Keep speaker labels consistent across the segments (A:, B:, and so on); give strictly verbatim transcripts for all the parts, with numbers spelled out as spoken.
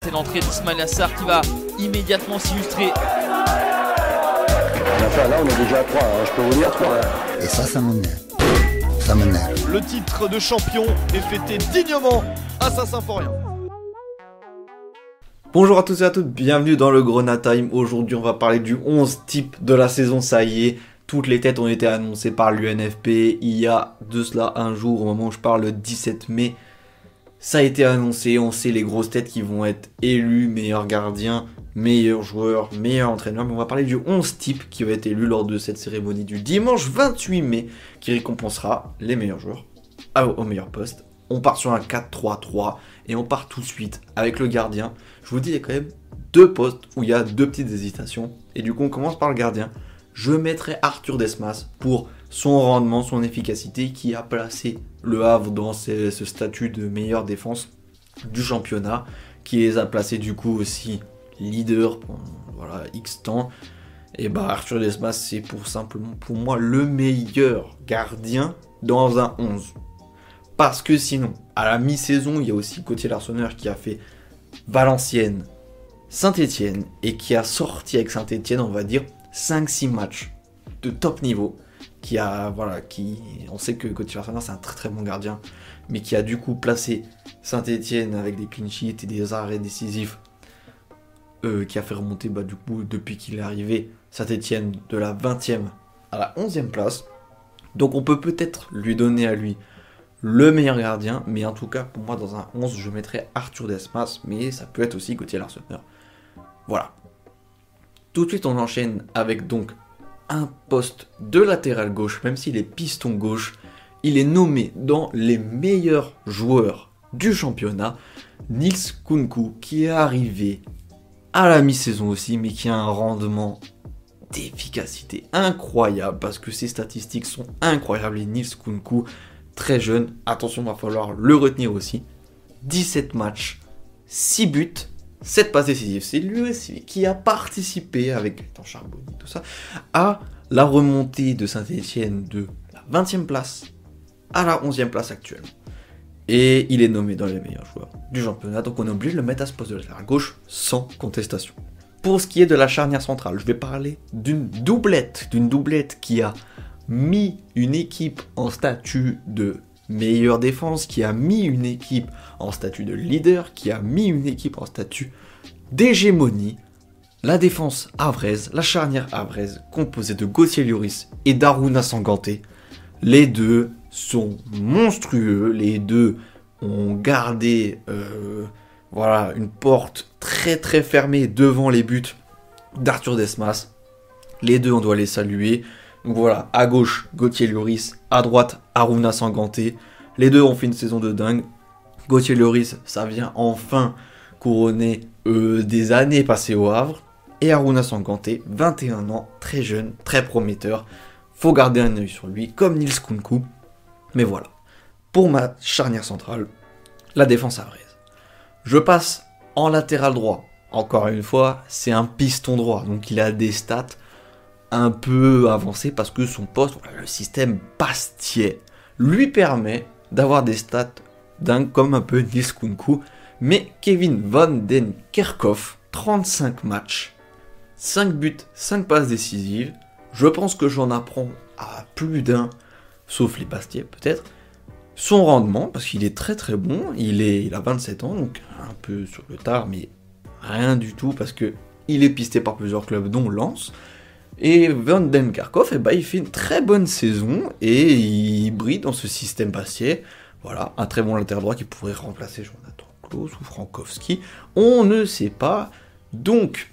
A: c'est l'entrée d'Ismaïla Sarr qui va immédiatement s'illustrer.
B: Enfin, là, on est déjà à trois, hein, je peux vous dire trois.
C: Et ça, ça m'énerve. Ça m'énerve.
D: Le titre de champion est fêté dignement à Saint-Symphorien.
E: Bonjour à tous et à toutes, bienvenue dans le Grenat Time. Aujourd'hui, on va parler du onze type de la saison, ça y est. Toutes les têtes ont été annoncées par l'U N F P il y a de cela un jour, au moment où je parle, le dix-sept mai. Ça a été annoncé, on sait les grosses têtes qui vont être élus, meilleurs gardiens, meilleurs joueurs, meilleurs entraîneurs. Mais on va parler du onze type qui va être élu lors de cette cérémonie du dimanche vingt-huit mai, qui récompensera les meilleurs joueurs au meilleur poste. On part sur un quatre trois trois et on part tout de suite avec le gardien. Je vous dis, il y a quand même deux postes où il y a deux petites hésitations. Et du coup, on commence par le gardien. Je mettrai Arthur Desmas pour son rendement, son efficacité, qui a placé le Havre dans ce, ce statut de meilleure défense du championnat, qui les a placés du coup aussi leader pour voilà, X temps. Et bah Arthur Desmas, c'est pour simplement pour moi le meilleur gardien dans un onze. Parce que sinon, à la mi-saison, il y a aussi Gauthier Larsonneur qui a fait Valenciennes, Saint-Etienne et qui a sorti avec Saint-Etienne, on va dire, cinq six matchs de top niveau. Qui a, voilà, qui, on sait que Gauthier Larsonneur c'est un très très bon gardien, mais qui a du coup placé Saint-Etienne avec des clean sheets et des arrêts décisifs, euh, qui a fait remonter bah, du coup depuis qu'il est arrivé Saint-Etienne de la vingtième à la onzième place. Donc on peut peut-être lui donner à lui le meilleur gardien, mais en tout cas pour moi dans un onze je mettrais Arthur Desmas, mais ça peut être aussi Gauthier Larsonneur. Voilà. Tout de suite on enchaîne avec donc un poste de latéral gauche, même s'il est piston gauche, il est nommé dans les meilleurs joueurs du championnat, Nils Kounkou, qui est arrivé à la mi-saison aussi, mais qui a un rendement d'efficacité incroyable, parce que ses statistiques sont incroyables, et Nils Kounkou, très jeune, attention, il va falloir le retenir aussi, dix-sept matchs, six buts, sept passes décisives. C'est lui aussi qui a participé avec Gaëtan Charbonnier, tout ça, à la remontée de Saint-Etienne de la vingtième place à la onzième place actuellement. Et il est nommé dans les meilleurs joueurs du championnat, donc on est obligé de le mettre à ce poste de latéral gauche sans contestation. Pour ce qui est de la charnière centrale, je vais parler d'une doublette, d'une doublette qui a mis une équipe en statut de meilleure défense, qui a mis une équipe en statut de leader, qui a mis une équipe en statut d'hégémonie. La défense havraise, la charnière havraise, composée de Gauthier Lloris et d'Arouna Sanganté. Les deux sont monstrueux, les deux ont gardé euh, voilà, une porte très très fermée devant les buts d'Arthur Desmas. Les deux, on doit les saluer. Donc voilà, à gauche, Gauthier Lloris, à droite, Arouna Sanganté. Les deux ont fait une saison de dingue. Gauthier Lloris, ça vient enfin couronner euh, des années passées au Havre. Et Arouna Sanganté, vingt et un ans, très jeune, très prometteur. Faut garder un œil sur lui, comme Nils Kounkou. Mais voilà, pour ma charnière centrale, la défense havraise. Je passe en latéral droit. Encore une fois, c'est un piston droit, donc il a des stats un peu avancé parce que son poste, voilà, le système Bastier, lui permet d'avoir des stats dingues comme un peu Nils Kounkou. Mais Kevin Van Den Kerkhoff, trente-cinq matchs, cinq buts, cinq passes décisives. Je pense que j'en apprends à plus d'un, sauf les Bastier peut-être. Son rendement, parce qu'il est très très bon, il, est, il a vingt-sept ans, donc un peu sur le tard, mais rien du tout parce que il est pisté par plusieurs clubs dont Lens. Et Van Den Kerkhoff, eh ben, il fait une très bonne saison et il brille dans ce système Bastier. Voilà, un très bon latéral droit qui pourrait remplacer Jonathan Klaus ou Frankowski. On ne sait pas. Donc,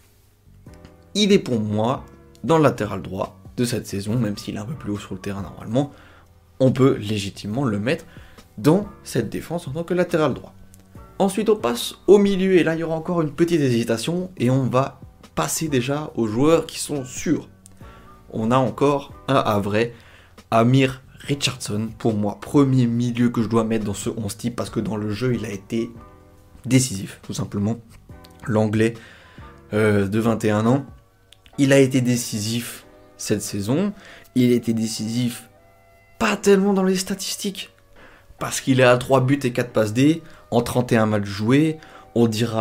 E: il est pour moi dans le latéral droit de cette saison, même s'il est un peu plus haut sur le terrain normalement. On peut légitimement le mettre dans cette défense en tant que latéral droit. Ensuite, on passe au milieu et là, il y aura encore une petite hésitation et on va passer déjà aux joueurs qui sont sûrs. On a encore un Havrais, Amir Richardson, pour moi, premier milieu que je dois mettre dans ce onze type, parce que dans le jeu, il a été décisif, tout simplement. L'anglais euh, de vingt et un ans, il a été décisif cette saison, il a été décisif pas tellement dans les statistiques, parce qu'il est à trois buts et quatre passes D, en trente et un matchs joués, on dira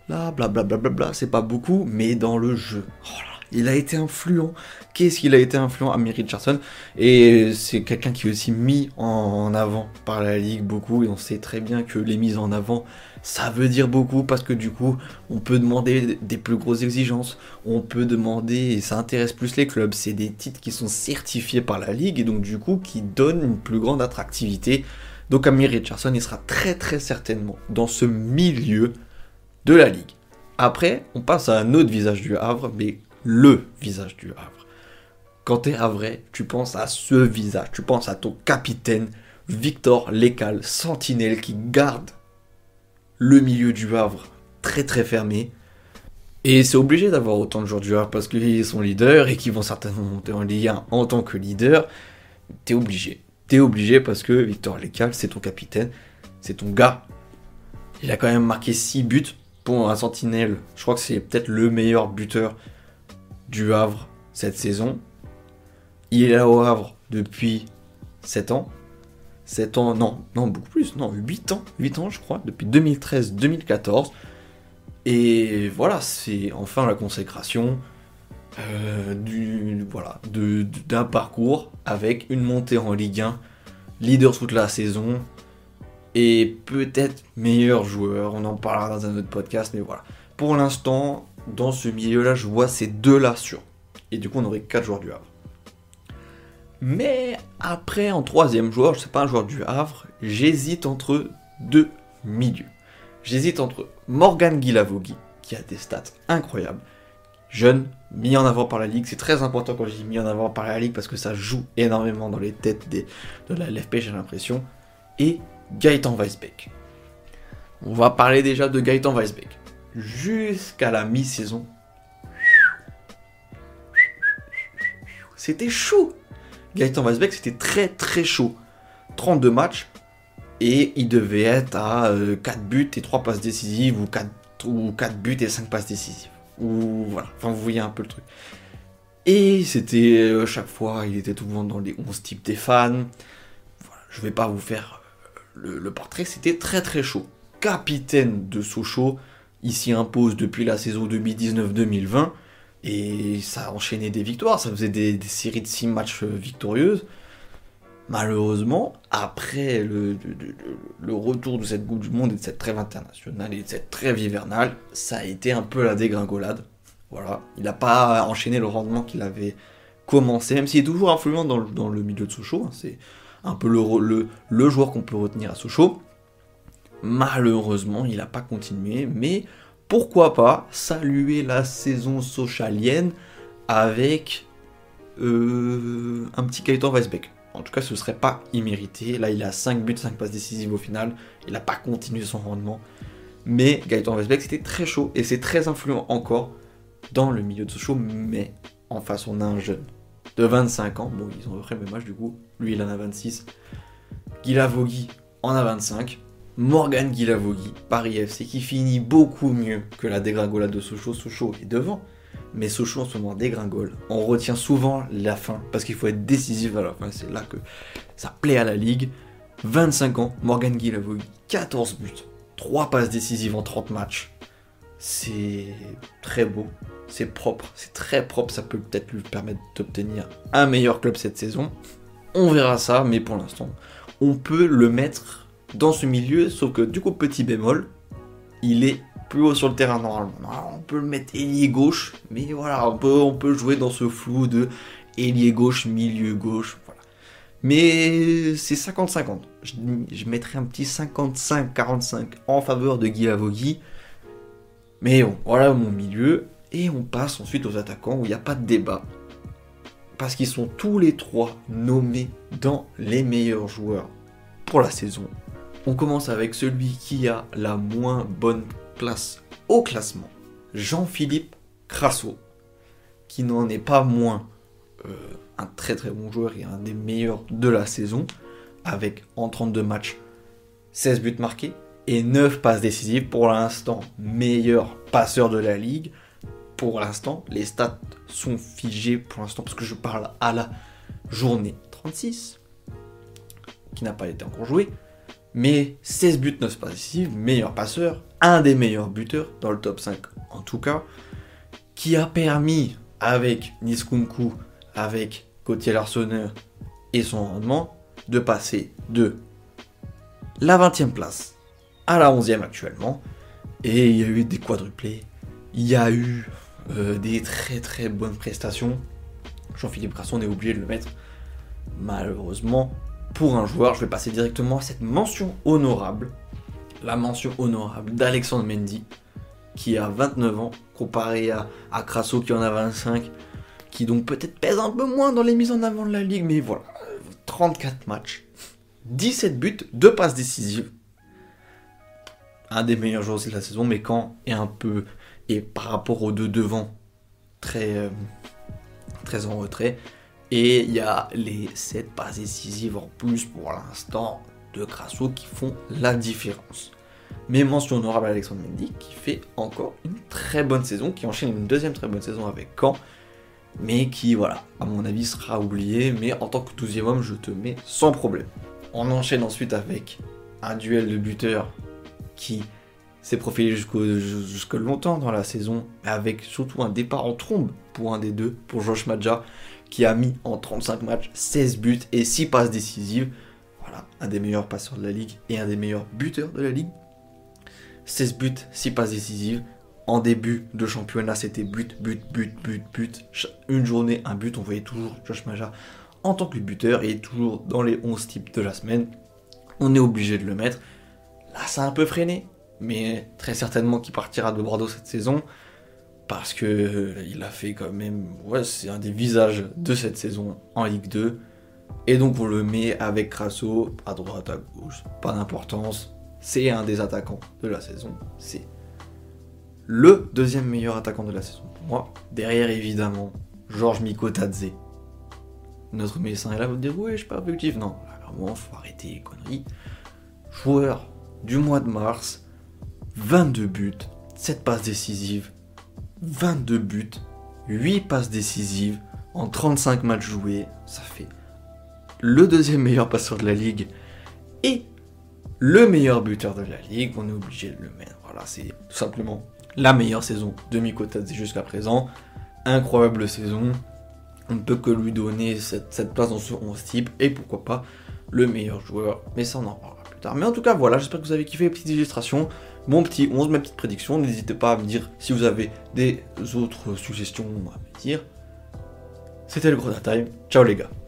E: là, blablabla, bla, bla, bla, c'est pas beaucoup, mais dans le jeu, oh là, il a été influent. Qu'est-ce qu'il a été influent, Amir Richardson? Et c'est quelqu'un qui est aussi mis en avant par la Ligue beaucoup, et on sait très bien que les mises en avant, ça veut dire beaucoup, parce que du coup, on peut demander des plus grosses exigences, on peut demander, et ça intéresse plus les clubs, c'est des titres qui sont certifiés par la Ligue, et donc du coup, qui donnent une plus grande attractivité. Donc Amir Richardson, il sera très très certainement dans ce milieu de la Ligue. Après, on passe à un autre visage du Havre, mais le visage du Havre. Quand t'es havrais, tu penses à ce visage, tu penses à ton capitaine, Victor Lécal, sentinelle qui garde le milieu du Havre très très fermé. Et c'est obligé d'avoir autant de joueurs du Havre parce qu'ils sont leaders et qu'ils vont certainement monter en Ligue un en tant que leader. T'es obligé. T'es obligé parce que Victor Lécal, c'est ton capitaine, c'est ton gars. Il a quand même marqué six buts pour un sentinelle. Je crois que c'est peut-être le meilleur buteur du Havre cette saison. Il est là au Havre depuis sept ans. sept ans, non, non, beaucoup plus, non, huit ans, huit ans je crois, depuis deux mille treize deux mille quatorze. Et voilà, c'est enfin la consécration euh, du, voilà, de, d'un parcours avec une montée en Ligue un, leader toute la saison, et peut-être meilleur joueur, on en parlera dans un autre podcast, mais voilà. Pour l'instant, dans ce milieu-là, je vois ces deux-là sur. Et du coup, on aurait quatre joueurs du Havre. Mais après, en troisième joueur, je ne sais pas un joueur du Havre, j'hésite entre deux milieux. J'hésite entre Morgan Guilavogui, qui a des stats incroyables, jeune, mis en avant par la Ligue. C'est très important quand je dis mis en avant par la Ligue parce que ça joue énormément dans les têtes des, de la L F P, j'ai l'impression. Et Gaëtan Weisbeck. On va parler déjà de Gaëtan Weisbeck. Jusqu'à la mi-saison, c'était chaud. Gaëtan Weisbeck, c'était très très chaud. trente-deux matchs, et il devait être à euh, quatre buts et trois passes décisives, ou quatre, ou quatre buts et cinq passes décisives. Ou voilà, enfin vous voyez un peu le truc. Et c'était, euh, chaque fois, il était tout le monde dans les onze types des fans. Voilà, je vais pas vous faire le, le portrait, c'était très très chaud. Capitaine de Sochaux, il s'y impose depuis la saison deux mille dix-neuf deux mille vingt. Et ça a enchaîné des victoires, ça faisait des, des séries de six matchs victorieuses. Malheureusement, après le, le, le, le retour de cette Coupe du Monde et de cette trêve internationale et de cette trêve hivernale, ça a été un peu la dégringolade. Voilà, il n'a pas enchaîné le rendement qu'il avait commencé, même s'il est toujours influent dans le, dans le milieu de Sochaux. Hein, c'est un peu le, le, le joueur qu'on peut retenir à Sochaux. Malheureusement, il n'a pas continué, mais pourquoi pas saluer la saison sochalienne avec euh, un petit Gaëtan Weisbeck. En tout cas, ce serait pas immérité. Là, il a cinq buts, cinq passes décisives au final. Il n'a pas continué son rendement. Mais Gaëtan Weisbeck, c'était très chaud et c'est très influent encore dans le milieu de Sochaux. Mais en face, on a un jeune de vingt-cinq ans. Bon, ils ont à peu près le même âge du coup. Lui, il en a vingt-six. Guilavogui en a vingt-cinq. Morgan Guilavogui, Paris F C, qui finit beaucoup mieux que la dégringolade de Sochaux. Sochaux est devant, mais Sochaux en ce moment dégringole. On retient souvent la fin, parce qu'il faut être décisif à la fin, c'est là que ça plaît à la Ligue. vingt-cinq ans, Morgan Guilavogui, quatorze buts, trois passes décisives en trente matchs. C'est très beau, c'est propre, c'est très propre, ça peut peut-être lui permettre d'obtenir un meilleur club cette saison. On verra ça, mais pour l'instant, on peut le mettre dans ce milieu, sauf que du coup, petit bémol, il est plus haut sur le terrain normalement. Alors, on peut le mettre ailier gauche, mais voilà, on peut, on peut jouer dans ce flou de ailier gauche, milieu gauche, voilà. Mais c'est cinquante cinquante. Je, je mettrais un petit cinquante-cinq quarante-cinq en faveur de Guilavogui. Mais bon, voilà mon milieu. Et on passe ensuite aux attaquants où il n'y a pas de débat. Parce qu'ils sont tous les trois nommés dans les meilleurs joueurs pour la saison. On commence avec celui qui a la moins bonne place au classement, Jean-Philippe Crasso, qui n'en est pas moins euh, un très très bon joueur et un des meilleurs de la saison, avec en trente-deux matchs, seize buts marqués et neuf passes décisives. Pour l'instant, meilleur passeur de la Ligue. Pour l'instant, les stats sont figées pour l'instant, parce que je parle à la journée trente-six, qui n'a pas été encore jouée. Mais seize buts, neuf passes décisives, meilleur passeur, un des meilleurs buteurs, dans le top cinq en tout cas, qui a permis, avec Niskunku, avec Gauthier Larsonneur et son rendement, de passer de la vingtième place à la onzième actuellement. Et il y a eu des quadruplés, il y a eu euh, des très très bonnes prestations. Jean-Philippe Grasson, on est obligé de le mettre. Malheureusement, pour un joueur, je vais passer directement à cette mention honorable. La mention honorable d'Alexandre Mendy, qui a vingt-neuf ans, comparé à, à Crasso qui en a vingt-cinq, qui donc peut-être pèse un peu moins dans les mises en avant de la ligue, mais voilà, trente-quatre matchs, dix-sept buts, deux passes décisives. Un des meilleurs joueurs aussi de la saison, mais quand est un peu, et par rapport aux deux devant, très, euh, très en retrait. Et il y a les sept passes décisives en plus pour l'instant de Crasso qui font la différence. Mais mention honorable à Alexandre Mendy qui fait encore une très bonne saison, qui enchaîne une deuxième très bonne saison avec Caen, mais qui, voilà, à mon avis sera oublié, mais en tant que douzième homme, je te mets sans problème. On enchaîne ensuite avec un duel de buteurs qui s'est profilé jusqu'au, jusque longtemps dans la saison, avec surtout un départ en trombe pour un des deux, pour Josh Maja, qui a mis en trente-cinq matchs seize buts et six passes décisives. Voilà, un des meilleurs passeurs de la ligue et un des meilleurs buteurs de la ligue. seize buts, six passes décisives. En début de championnat, c'était but, but, but, but, but. Une journée, un but. On voyait toujours Josh Maja en tant que buteur et toujours dans les onze types de la semaine. On est obligé de le mettre. Là, ça a un peu freiné, mais très certainement qu'il partira de Bordeaux cette saison. Parce que euh, il a fait quand même, ouais, c'est un des visages de cette saison en Ligue deux. Et donc on le met avec Crasso, à droite, à gauche, pas d'importance. C'est un des attaquants de la saison. C'est le deuxième meilleur attaquant de la saison pour moi. Derrière évidemment, Georges Mikotadze. Notre médecin est là, vous dire ouais, je suis pas objectif. Non, là, vraiment, faut arrêter les conneries. Joueur du mois de mars, vingt-deux buts, sept passes décisives. vingt-deux buts, huit passes décisives en trente-cinq matchs joués, ça fait le deuxième meilleur passeur de la ligue et le meilleur buteur de la ligue, on est obligé de le mettre. Voilà, c'est tout simplement la meilleure saison de Mikotadze jusqu'à présent. Incroyable saison, on ne peut que lui donner cette, cette place dans ce onze type et pourquoi pas le meilleur joueur, mais ça on en parlera plus tard. Mais en tout cas voilà, j'espère que vous avez kiffé les petites illustrations. Mon petit onze, ma petite prédiction, n'hésitez pas à me dire si vous avez des autres suggestions à me dire. C'était le Grenat Time, ciao les gars.